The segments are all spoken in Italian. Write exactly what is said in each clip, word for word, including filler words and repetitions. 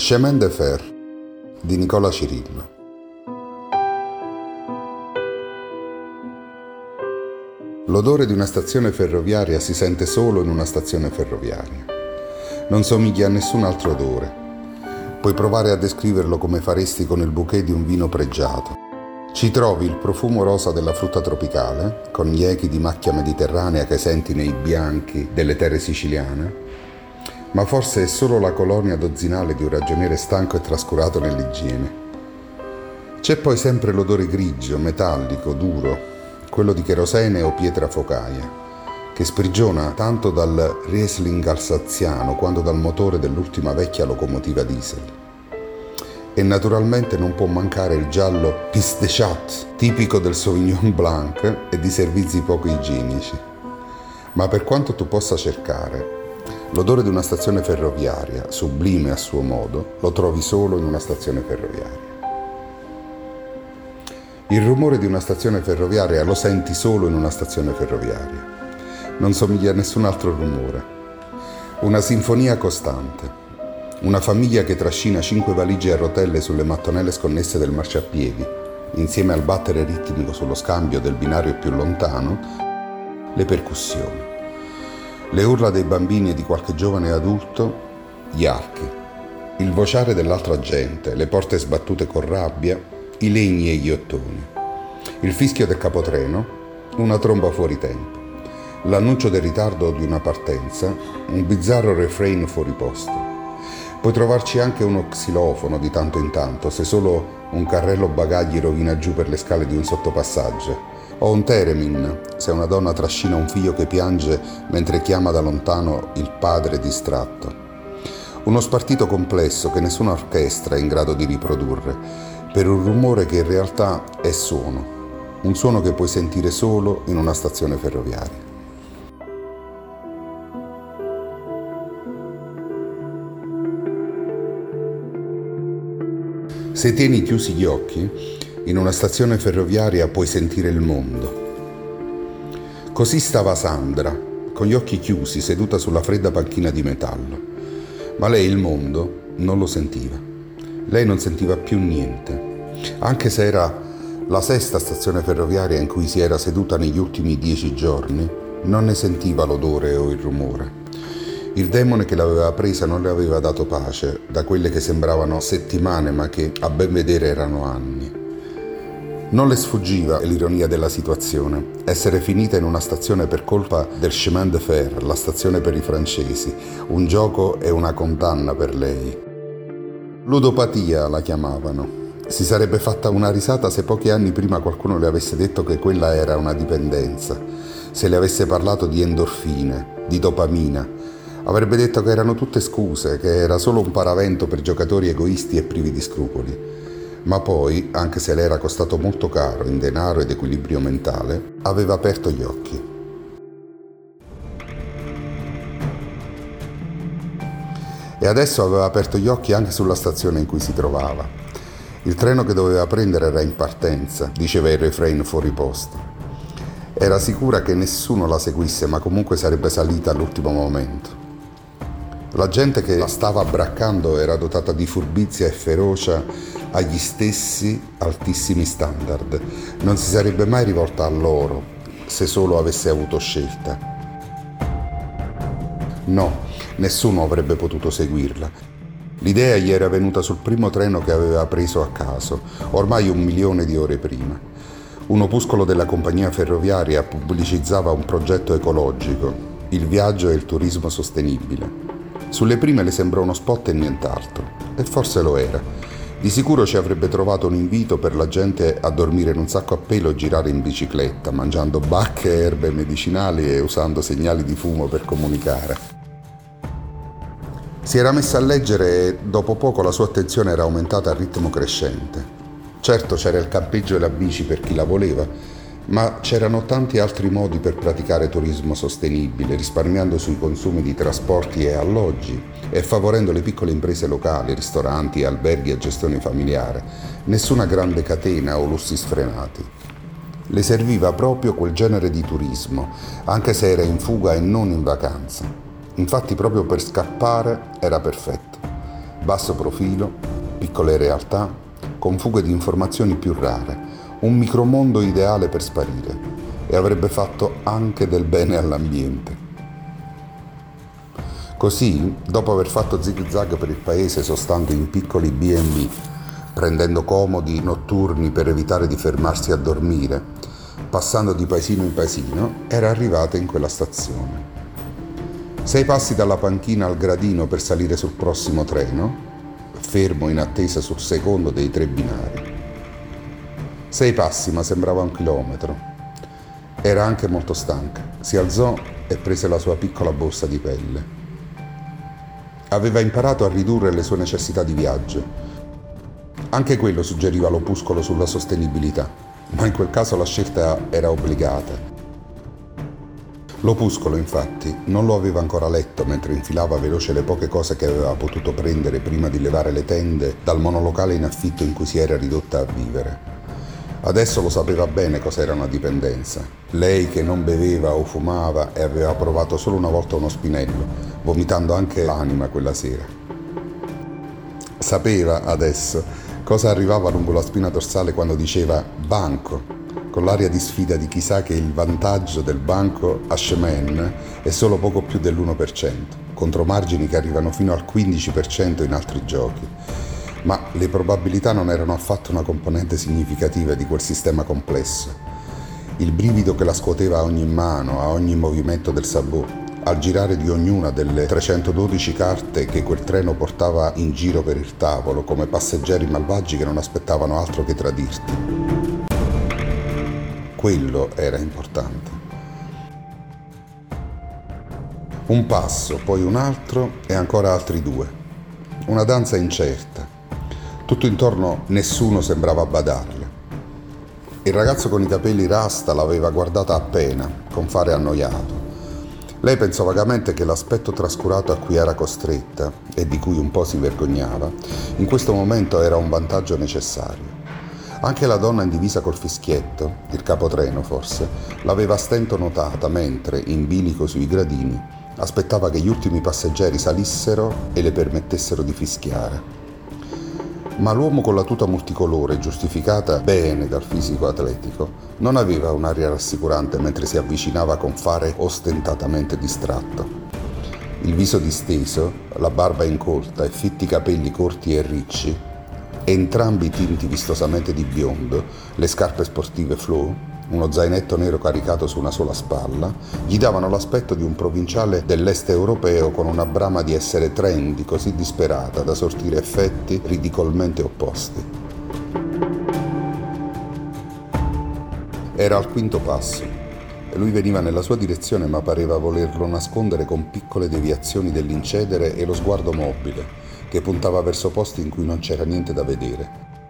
Chemin de fer di Nicola Cirillo. L'odore di una stazione ferroviaria si sente solo in una stazione ferroviaria. Non somiglia a nessun altro odore. Puoi provare a descriverlo come faresti con il bouquet di un vino pregiato. Ci trovi il profumo rosa della frutta tropicale, con gli echi di macchia mediterranea che senti nei bianchi delle terre siciliane, ma forse è solo la colonia dozzinale di un ragioniere stanco e trascurato nell'igiene. C'è poi sempre l'odore grigio, metallico, duro, quello di cherosene o pietra focaia, che sprigiona tanto dal Riesling alsaziano quanto dal motore dell'ultima vecchia locomotiva diesel. E naturalmente non può mancare il giallo Pisse de Chat, tipico del Sauvignon Blanc e di servizi poco igienici. Ma per quanto tu possa cercare, l'odore di una stazione ferroviaria, sublime a suo modo, lo trovi solo in una stazione ferroviaria. Il rumore di una stazione ferroviaria lo senti solo in una stazione ferroviaria. Non somiglia a nessun altro rumore. Una sinfonia costante. Una famiglia che trascina cinque valigie a rotelle sulle mattonelle sconnesse del marciapiedi, insieme al battere ritmico sullo scambio del binario più lontano, le percussioni. Le urla dei bambini e di qualche giovane adulto, gli archi, il vociare dell'altra gente, le porte sbattute con rabbia, i legni e gli ottoni, il fischio del capotreno, una tromba fuori tempo, l'annuncio del ritardo di una partenza, un bizzarro refrain fuori posto. Puoi trovarci anche uno xilofono di tanto in tanto, se solo un carrello bagagli rovina giù per le scale di un sottopassaggio, o un theremin, se una donna trascina un figlio che piange mentre chiama da lontano il padre distratto. Uno spartito complesso che nessuna orchestra è in grado di riprodurre, per un rumore che in realtà è suono, un suono che puoi sentire solo in una stazione ferroviaria. Se tieni chiusi gli occhi, in una stazione ferroviaria puoi sentire il mondo. Così stava Sandra, con gli occhi chiusi, seduta sulla fredda panchina di metallo. Ma lei il mondo non lo sentiva. Lei non sentiva più niente. Anche se era la sesta stazione ferroviaria in cui si era seduta negli ultimi dieci giorni, non ne sentiva l'odore o il rumore. Il demone che l'aveva presa non le aveva dato pace da quelle che sembravano settimane ma che a ben vedere erano anni. Non le sfuggiva l'ironia della situazione, essere finita in una stazione per colpa del chemin de fer, la stazione per i francesi, un gioco e una condanna per lei. Ludopatia la chiamavano. Si sarebbe fatta una risata se pochi anni prima qualcuno le avesse detto che quella era una dipendenza, se le avesse parlato di endorfine, di dopamina. Avrebbe detto che erano tutte scuse, che era solo un paravento per giocatori egoisti e privi di scrupoli. Ma poi, anche se le era costato molto caro in denaro ed equilibrio mentale, aveva aperto gli occhi. E adesso aveva aperto gli occhi anche sulla stazione in cui si trovava. Il treno che doveva prendere era in partenza, diceva il refrain fuori posto. Era sicura che nessuno la seguisse, ma comunque sarebbe salita all'ultimo momento. La gente che la stava abbraccando era dotata di furbizia e ferocia agli stessi altissimi standard. Non si sarebbe mai rivolta a loro se solo avesse avuto scelta. No, nessuno avrebbe potuto seguirla. L'idea gli era venuta sul primo treno che aveva preso a caso, ormai un milione di ore prima. Un opuscolo della compagnia ferroviaria pubblicizzava un progetto ecologico, il viaggio e il turismo sostenibile. Sulle prime le sembrò uno spot e nient'altro, e forse lo era. Di sicuro ci avrebbe trovato un invito per la gente a dormire in un sacco a pelo e girare in bicicletta, mangiando bacche e erbe medicinali e usando segnali di fumo per comunicare. Si era messa a leggere e dopo poco la sua attenzione era aumentata a ritmo crescente. Certo c'era il campeggio e la bici per chi la voleva, ma c'erano tanti altri modi per praticare turismo sostenibile, risparmiando sui consumi di trasporti e alloggi e favorendo le piccole imprese locali, ristoranti e alberghi a gestione familiare. Nessuna grande catena o lussi sfrenati. Le serviva proprio quel genere di turismo, anche se era in fuga e non in vacanza. Infatti proprio per scappare era perfetto. Basso profilo, piccole realtà, con fughe di informazioni più rare, un micromondo ideale per sparire, e avrebbe fatto anche del bene all'ambiente. Così, dopo aver fatto zig-zag per il paese sostando in piccoli bi e bi, prendendo comodi notturni per evitare di fermarsi a dormire, passando di paesino in paesino, era arrivata in quella stazione. Sei passi dalla panchina al gradino per salire sul prossimo treno, fermo in attesa sul secondo dei tre binari. Sei passi, ma sembrava un chilometro. Era anche molto stanca. Si alzò e prese la sua piccola borsa di pelle. Aveva imparato a ridurre le sue necessità di viaggio. Anche quello suggeriva l'opuscolo sulla sostenibilità, ma in quel caso la scelta era obbligata. L'opuscolo, infatti, non lo aveva ancora letto mentre infilava veloce le poche cose che aveva potuto prendere prima di levare le tende dal monolocale in affitto in cui si era ridotta a vivere. Adesso lo sapeva bene cos'era una dipendenza. Lei che non beveva o fumava e aveva provato solo una volta uno spinello, vomitando anche l'anima quella sera. Sapeva, adesso, cosa arrivava lungo la spina dorsale quando diceva «banco», con l'aria di sfida di chi sa che il vantaggio del banco a Shemen è solo poco più dell'uno per cento, contro margini che arrivano fino al quindici per cento in altri giochi. Ma le probabilità non erano affatto una componente significativa di quel sistema complesso. Il brivido che la scuoteva a ogni mano, a ogni movimento del sabot, al girare di ognuna delle trecentododici carte che quel treno portava in giro per il tavolo, come passeggeri malvagi che non aspettavano altro che tradirti. Quello era importante. Un passo, poi un altro e ancora altri due. Una danza incerta. Tutto intorno nessuno sembrava badarle. Il ragazzo con i capelli rasta l'aveva guardata appena, con fare annoiato. Lei pensò vagamente che l'aspetto trascurato a cui era costretta, e di cui un po' si vergognava, in questo momento era un vantaggio necessario. Anche la donna in divisa col fischietto, il capotreno forse, l'aveva a stento notata mentre, in bilico sui gradini, aspettava che gli ultimi passeggeri salissero e le permettessero di fischiare. Ma l'uomo con la tuta multicolore, giustificata bene dal fisico atletico, non aveva un'aria rassicurante mentre si avvicinava con fare ostentatamente distratto. Il viso disteso, la barba incolta e fitti capelli corti e ricci, entrambi tinti vistosamente di biondo, le scarpe sportive flow, uno zainetto nero caricato su una sola spalla, gli davano l'aspetto di un provinciale dell'est europeo con una brama di essere trendy così disperata da sortire effetti ridicolmente opposti. Era al quinto passo e lui veniva nella sua direzione, ma pareva volerlo nascondere con piccole deviazioni dell'incedere e lo sguardo mobile, che puntava verso posti in cui non c'era niente da vedere.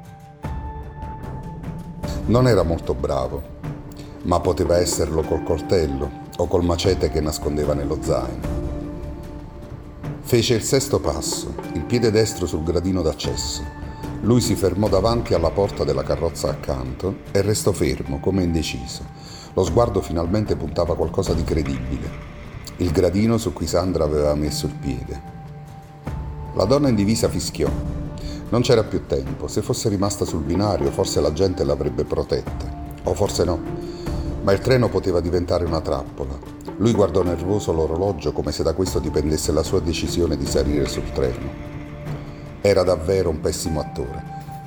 Non era molto bravo, ma poteva esserlo col coltello o col macete che nascondeva nello zaino. Fece il sesto passo, il piede destro sul gradino d'accesso. Lui si fermò davanti alla porta della carrozza accanto e restò fermo, come indeciso. Lo sguardo finalmente puntava qualcosa di credibile. Il gradino su cui Sandra aveva messo il piede. La donna in divisa fischiò. Non c'era più tempo. Se fosse rimasta sul binario, forse la gente l'avrebbe protetta. O forse no. Ma il treno poteva diventare una trappola. Lui guardò nervoso l'orologio come se da questo dipendesse la sua decisione di salire sul treno. Era davvero un pessimo attore.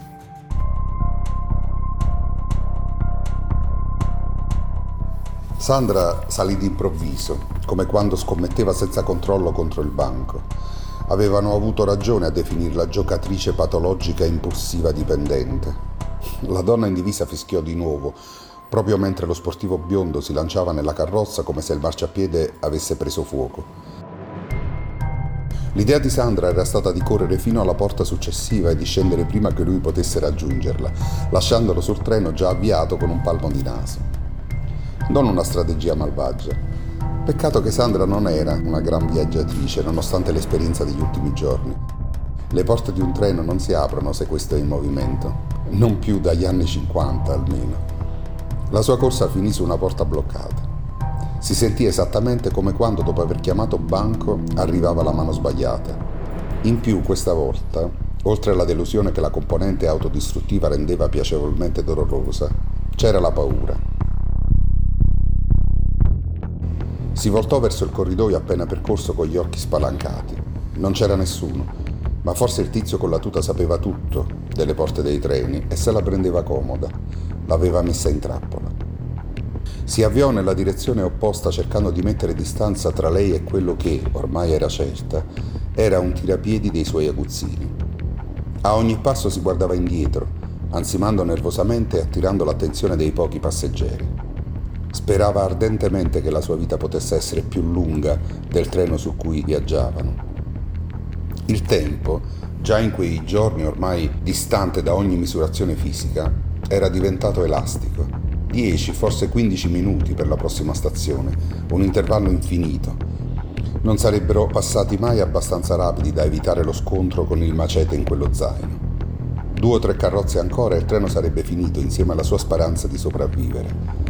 Sandra salì d'improvviso, come quando scommetteva senza controllo contro il banco. Avevano avuto ragione a definirla giocatrice patologica e impulsiva dipendente. La donna in divisa fischiò di nuovo, proprio mentre lo sportivo biondo si lanciava nella carrozza come se il marciapiede avesse preso fuoco. L'idea di Sandra era stata di correre fino alla porta successiva e di scendere prima che lui potesse raggiungerla, lasciandolo sul treno già avviato con un palmo di naso. Non una strategia malvagia. Peccato che Sandra non era una gran viaggiatrice, nonostante l'esperienza degli ultimi giorni. Le porte di un treno non si aprono se questo è in movimento, non più dagli anni cinquanta almeno. La sua corsa finì su una porta bloccata. Si sentì esattamente come quando, dopo aver chiamato banco, arrivava la mano sbagliata. In più, questa volta, oltre alla delusione che la componente autodistruttiva rendeva piacevolmente dolorosa, c'era la paura. Si voltò verso il corridoio appena percorso con gli occhi spalancati. Non c'era nessuno, ma forse il tizio con la tuta sapeva tutto delle porte dei treni e se la prendeva comoda. L'aveva messa in trappola. Si avviò nella direzione opposta cercando di mettere distanza tra lei e quello che, ormai era certa, era un tirapiedi dei suoi aguzzini. A ogni passo si guardava indietro, ansimando nervosamente e attirando l'attenzione dei pochi passeggeri. Sperava ardentemente che la sua vita potesse essere più lunga del treno su cui viaggiavano. Il tempo, già in quei giorni ormai distante da ogni misurazione fisica, era diventato elastico. Dieci, forse quindici minuti per la prossima stazione, un intervallo infinito. Non sarebbero passati mai abbastanza rapidi da evitare lo scontro con il macete in quello zaino. Due o tre carrozze ancora e il treno sarebbe finito insieme alla sua speranza di sopravvivere.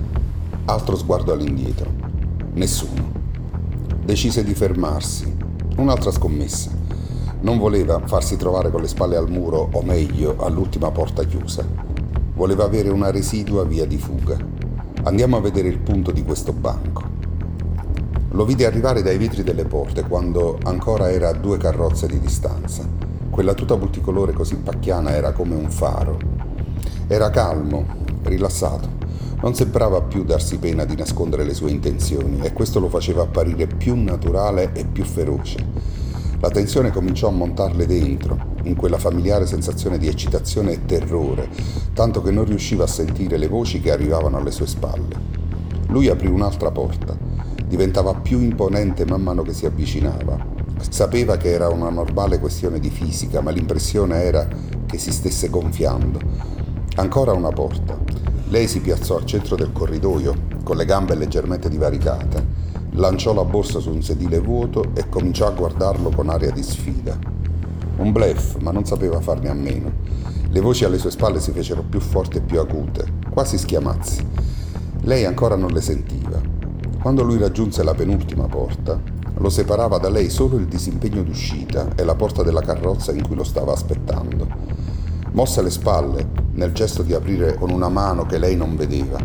Altro sguardo all'indietro. Nessuno. Decise di fermarsi. Un'altra scommessa. Non voleva farsi trovare con le spalle al muro, o meglio, all'ultima porta chiusa. Voleva avere una residua via di fuga. Andiamo a vedere il punto di questo banco. Lo vide arrivare dai vetri delle porte quando ancora era a due carrozze di distanza. Quella tuta multicolore così pacchiana era come un faro. Era calmo, rilassato. Non sembrava più darsi pena di nascondere le sue intenzioni e questo lo faceva apparire più naturale e più feroce. La tensione cominciò a montarle dentro, in quella familiare sensazione di eccitazione e terrore, tanto che non riusciva a sentire le voci che arrivavano alle sue spalle. Lui aprì un'altra porta. Diventava più imponente man mano che si avvicinava. Sapeva che era una normale questione di fisica, ma l'impressione era che si stesse gonfiando. Ancora una porta. Lei si piazzò al centro del corridoio, con le gambe leggermente divaricate. Lanciò la borsa su un sedile vuoto e cominciò a guardarlo con aria di sfida. Un bluff, ma non sapeva farne a meno. Le voci alle sue spalle si fecero più forti e più acute, quasi schiamazzi. Lei ancora non le sentiva. Quando lui raggiunse la penultima porta, lo separava da lei solo il disimpegno d'uscita e la porta della carrozza in cui lo stava aspettando. Mosse le spalle nel gesto di aprire con una mano che lei non vedeva.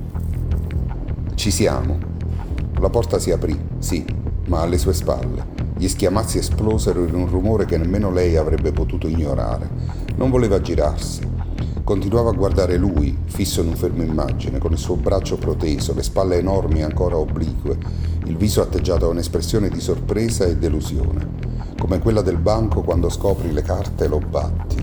Ci siamo. La porta si aprì, sì, ma alle sue spalle. Gli schiamazzi esplosero in un rumore che nemmeno lei avrebbe potuto ignorare. Non voleva girarsi. Continuava a guardare lui, fisso in un fermo immagine, con il suo braccio proteso, le spalle enormi ancora oblique, il viso atteggiato a un'espressione di sorpresa e delusione, come quella del banco quando scopri le carte e lo batti.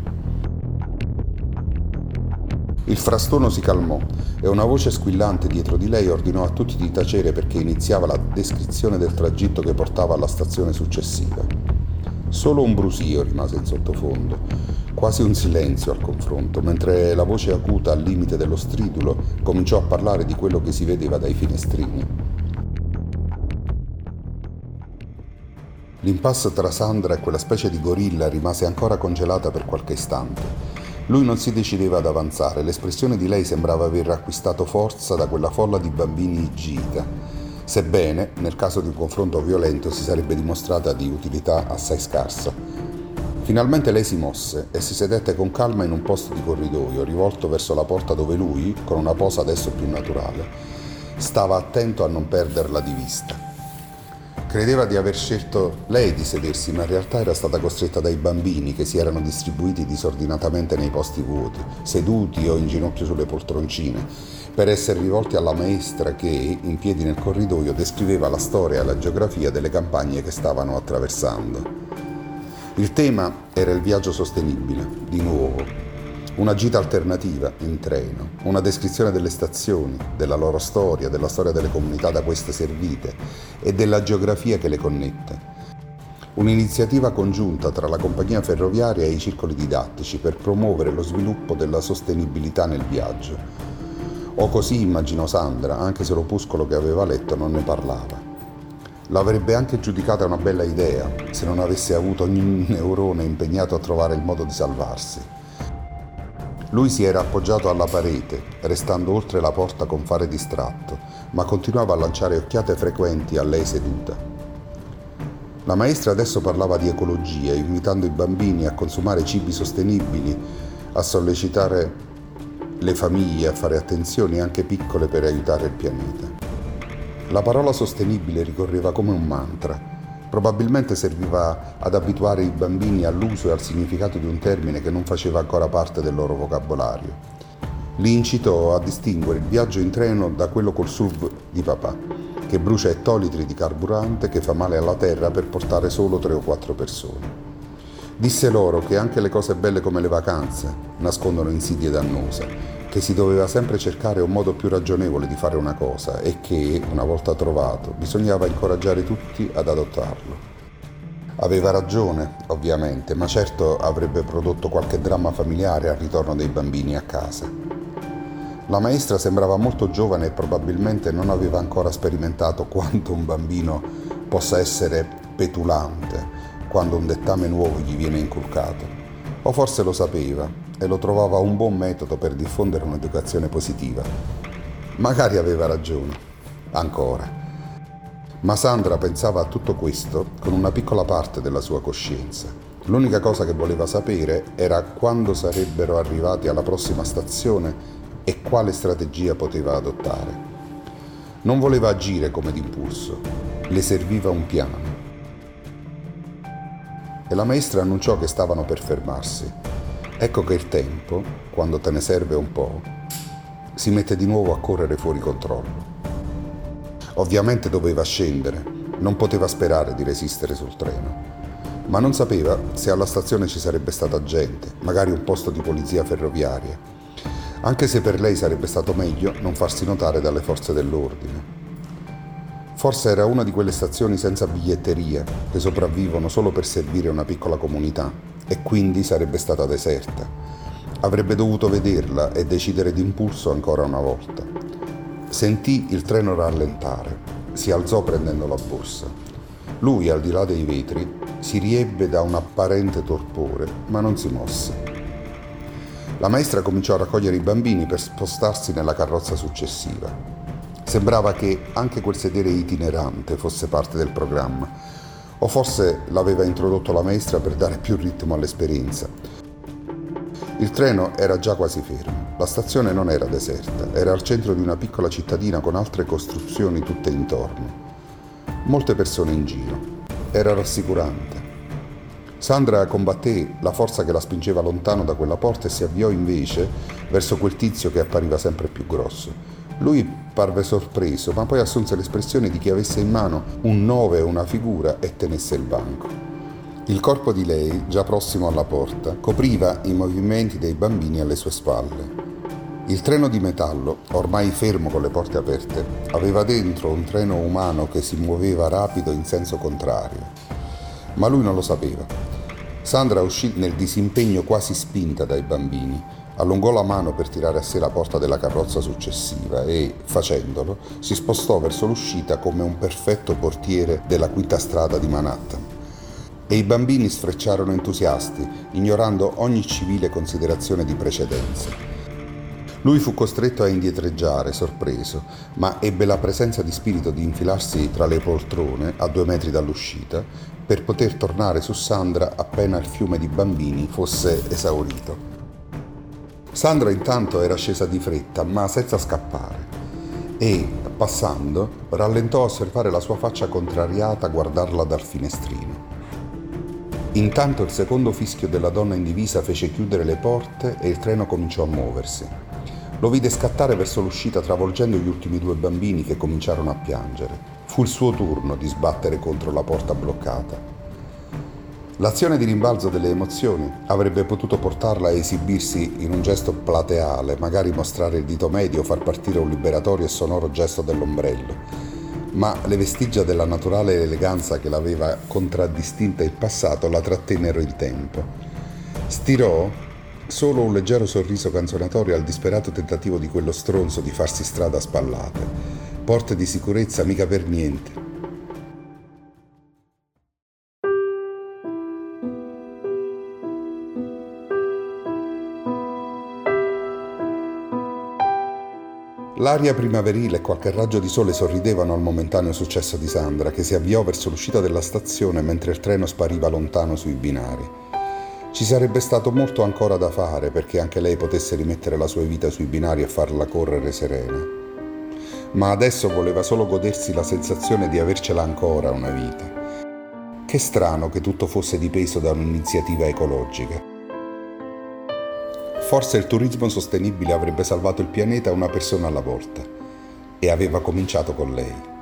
Il frastuono si calmò e una voce squillante dietro di lei ordinò a tutti di tacere perché iniziava la descrizione del tragitto che portava alla stazione successiva. Solo un brusio rimase in sottofondo, quasi un silenzio al confronto, mentre la voce acuta al limite dello stridulo cominciò a parlare di quello che si vedeva dai finestrini. L'impasse tra Sandra e quella specie di gorilla rimase ancora congelata per qualche istante. Lui non si decideva ad avanzare, l'espressione di lei sembrava aver acquistato forza da quella folla di bambini gita, sebbene, nel caso di un confronto violento, si sarebbe dimostrata di utilità assai scarsa. Finalmente lei si mosse e si sedette con calma in un posto di corridoio, rivolto verso la porta dove lui, con una posa adesso più naturale, stava attento a non perderla di vista. Credeva di aver scelto lei di sedersi, ma in realtà era stata costretta dai bambini che si erano distribuiti disordinatamente nei posti vuoti, seduti o in ginocchio sulle poltroncine, per essere rivolti alla maestra che, in piedi nel corridoio, descriveva la storia e la geografia delle campagne che stavano attraversando. Il tema era il viaggio sostenibile, di nuovo. Una gita alternativa in treno, una descrizione delle stazioni, della loro storia, della storia delle comunità da queste servite e della geografia che le connette. Un'iniziativa congiunta tra la compagnia ferroviaria e i circoli didattici per promuovere lo sviluppo della sostenibilità nel viaggio. O così immaginò Sandra, anche se l'opuscolo che aveva letto non ne parlava. L'avrebbe anche giudicata una bella idea, se non avesse avuto ogni neurone impegnato a trovare il modo di salvarsi. Lui si era appoggiato alla parete, restando oltre la porta con fare distratto, ma continuava a lanciare occhiate frequenti a lei seduta. La maestra adesso parlava di ecologia, invitando i bambini a consumare cibi sostenibili, a sollecitare le famiglie a fare attenzioni anche piccole per aiutare il pianeta. La parola sostenibile ricorreva come un mantra. Probabilmente serviva ad abituare i bambini all'uso e al significato di un termine che non faceva ancora parte del loro vocabolario. Li incitò a distinguere il viaggio in treno da quello col S U V di papà, che brucia ettolitri di carburante, che fa male alla terra per portare solo tre o quattro persone. Disse loro che anche le cose belle come le vacanze nascondono insidie dannose, che si doveva sempre cercare un modo più ragionevole di fare una cosa e che, una volta trovato, bisognava incoraggiare tutti ad adottarlo. Aveva ragione, ovviamente, ma certo avrebbe prodotto qualche dramma familiare al ritorno dei bambini a casa. La maestra sembrava molto giovane e probabilmente non aveva ancora sperimentato quanto un bambino possa essere petulante quando un dettame nuovo gli viene inculcato. O forse lo sapeva e lo trovava un buon metodo per diffondere un'educazione positiva. Magari aveva ragione, ancora. Ma Sandra pensava a tutto questo con una piccola parte della sua coscienza. L'unica cosa che voleva sapere era quando sarebbero arrivati alla prossima stazione e quale strategia poteva adottare. Non voleva agire come d'impulso, le serviva un piano. E la maestra annunciò che stavano per fermarsi. Ecco che il tempo, quando te ne serve un po', si mette di nuovo a correre fuori controllo. Ovviamente doveva scendere, non poteva sperare di resistere sul treno, ma non sapeva se alla stazione ci sarebbe stata gente, magari un posto di polizia ferroviaria, anche se per lei sarebbe stato meglio non farsi notare dalle forze dell'ordine. Forse era una di quelle stazioni senza biglietteria che sopravvivono solo per servire una piccola comunità e quindi sarebbe stata deserta. Avrebbe dovuto vederla e decidere d'impulso ancora una volta. Sentì il treno rallentare, si alzò prendendo la borsa. Lui, al di là dei vetri, si riebbe da un apparente torpore, ma non si mosse. La maestra cominciò a raccogliere i bambini per spostarsi nella carrozza successiva. Sembrava che anche quel sedere itinerante fosse parte del programma, o forse l'aveva introdotto la maestra per dare più ritmo all'esperienza. Il treno era già quasi fermo, la stazione non era deserta, era al centro di una piccola cittadina con altre costruzioni tutte intorno. Molte persone in giro. Era rassicurante. Sandra combatté la forza che la spingeva lontano da quella porta e si avviò invece verso quel tizio che appariva sempre più grosso. Lui parve sorpreso, ma poi assunse l'espressione di chi avesse in mano un nove o una figura e tenesse il banco. Il corpo di lei, già prossimo alla porta, copriva i movimenti dei bambini alle sue spalle. Il treno di metallo, ormai fermo con le porte aperte, aveva dentro un treno umano che si muoveva rapido in senso contrario. Ma lui non lo sapeva. Sandra uscì nel disimpegno quasi spinta dai bambini, allungò la mano per tirare a sé la porta della carrozza successiva e, facendolo, si spostò verso l'uscita come un perfetto portiere della quinta strada di Manhattan. E i bambini sfrecciarono entusiasti, ignorando ogni civile considerazione di precedenza. Lui fu costretto a indietreggiare, sorpreso, ma ebbe la presenza di spirito di infilarsi tra le poltrone, a due metri dall'uscita, per poter tornare su Sandra appena il fiume di bambini fosse esaurito. Sandra intanto era scesa di fretta, ma senza scappare, e, passando, rallentò a osservare la sua faccia contrariata a guardarla dal finestrino. Intanto il secondo fischio della donna in divisa fece chiudere le porte e il treno cominciò a muoversi. Lo vide scattare verso l'uscita travolgendo gli ultimi due bambini che cominciarono a piangere. Fu il suo turno di sbattere contro la porta bloccata. L'azione di rimbalzo delle emozioni avrebbe potuto portarla a esibirsi in un gesto plateale, magari mostrare il dito medio o far partire un liberatorio e sonoro gesto dell'ombrello. Ma le vestigia della naturale eleganza che l'aveva contraddistinta in passato la trattennero il tempo. Stirò solo un leggero sorriso canzonatorio al disperato tentativo di quello stronzo di farsi strada a spallate. Porte di sicurezza mica per niente. L'aria primaverile e qualche raggio di sole sorridevano al momentaneo successo di Sandra, che si avviò verso l'uscita della stazione mentre il treno spariva lontano sui binari. Ci sarebbe stato molto ancora da fare perché anche lei potesse rimettere la sua vita sui binari e farla correre serena. Ma adesso voleva solo godersi la sensazione di avercela ancora una vita. Che strano che tutto fosse dipeso da un'iniziativa ecologica. Forse il turismo sostenibile avrebbe salvato il pianeta una persona alla volta, e aveva cominciato con lei.